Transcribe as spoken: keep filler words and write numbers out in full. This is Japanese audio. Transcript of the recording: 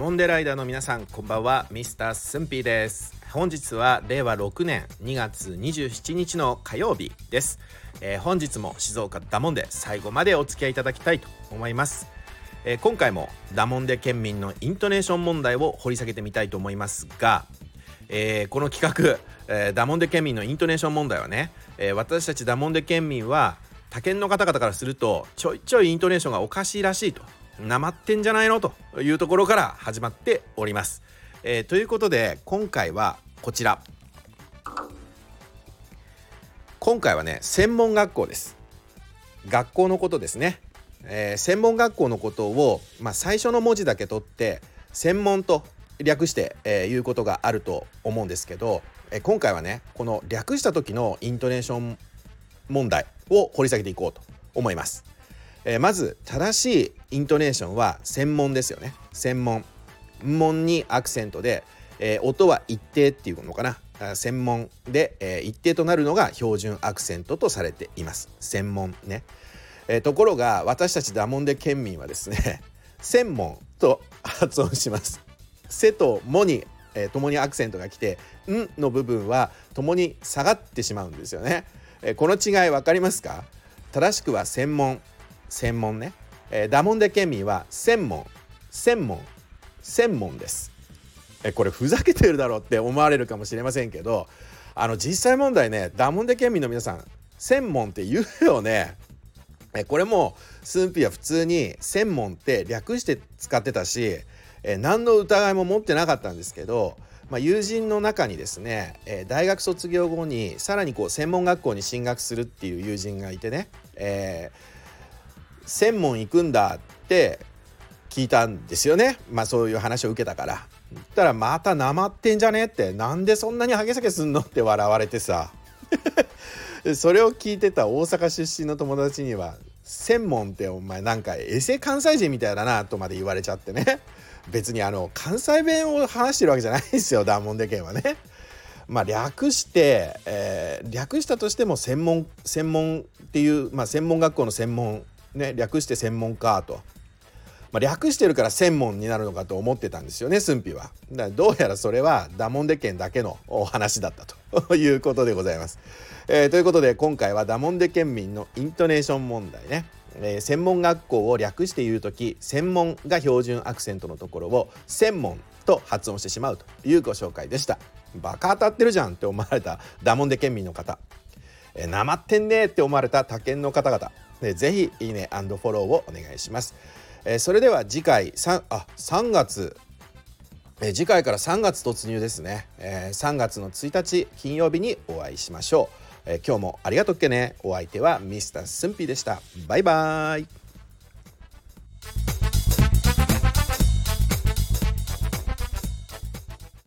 ダモンデライダーの皆さん、こんばんは。ミスタースンピーです。本日はれいわろくねんにがつにじゅうしちにちの火曜日です。えー、本日も静岡ダモンデ最後までお付き合いいただきたいと思います。えー、今回もダモンデ県民のイントネーション問題を掘り下げてみたいと思いますが、えー、この企画、えー、ダモンデ県民のイントネーション問題はね、えー、私たちダモンデ県民は他県の方々からするとちょいちょいイントネーションがおかしいらしいと、なまってんじゃないのというところから始まっております。えー、ということで今回はこちら、今回はね専門学校です。学校のことですね。えー、専門学校のことを、まあ、最初の文字だけ取って専門と略して、えー、言うことがあると思うんですけど、えー、今回はねこの略した時のイントネーション問題を掘り下げていこうと思います。えー、まず正しいイントネーションは専門ですよね。専門門にアクセントで、えー、音は一定っていうのかな。専門で、えー、一定となるのが標準アクセントとされています。専門ね。えー、ところが私たちダモンデ県民はですね専門と発音します。せともに、えー、共にアクセントが来てんの部分は共に下がってしまうんですよね。えー、この違い分かりますか？正しくは専門専門ね、えー、ダモンデ県民は専門専門専門です。えこれふざけてるだろうって思われるかもしれませんけど、あの実際問題ね、ダモンデ県民の皆さん専門って言うよね。えこれもスンピーは普通に専門って略して使ってたし、え何の疑いも持ってなかったんですけど、まあ、友人の中にですね、え大学卒業後にさらにこう専門学校に進学するっていう友人がいてね、えー、専門行くんだって聞いたんですよね。まあそういう話を受けたから。言ったらまたなまってんじゃねって、なんでそんなにハゲサゲすんのって笑われてさそれを聞いてた大阪出身の友達には、専門ってお前なんかエセ関西人みたいだなとまで言われちゃってね。別にあの関西弁を話してるわけじゃないですよ、ダモンデ県はね。まあ略して、えー、略したとしても専門専門っていう、まあ、専門学校の専門ね、略して専門かと、まあ、略してるから専門になるのかと思ってたんですよね、スンピは。だからどうやらそれはダモンデ県だけのお話だったということでございます。えー、ということで今回はダモンデ県民のイントネーション問題ね。えー、専門学校を略して言うとき、専門が標準アクセントのところを専門と発音してしまうというご紹介でした。バカ当たってるじゃんって思われたダモンデ県民の方、えー、なまってんねって思われた他県の方々、ね、ぜひいいね&フォローをお願いします。えー、それでは次回 3, あさんがつ、えー、次回からさんがつ突入ですね。えー、さんがつのついたち金曜日にお会いしましょう。えー、今日もありがとっけね。お相手はミスタースンピーでした。バイバーイ。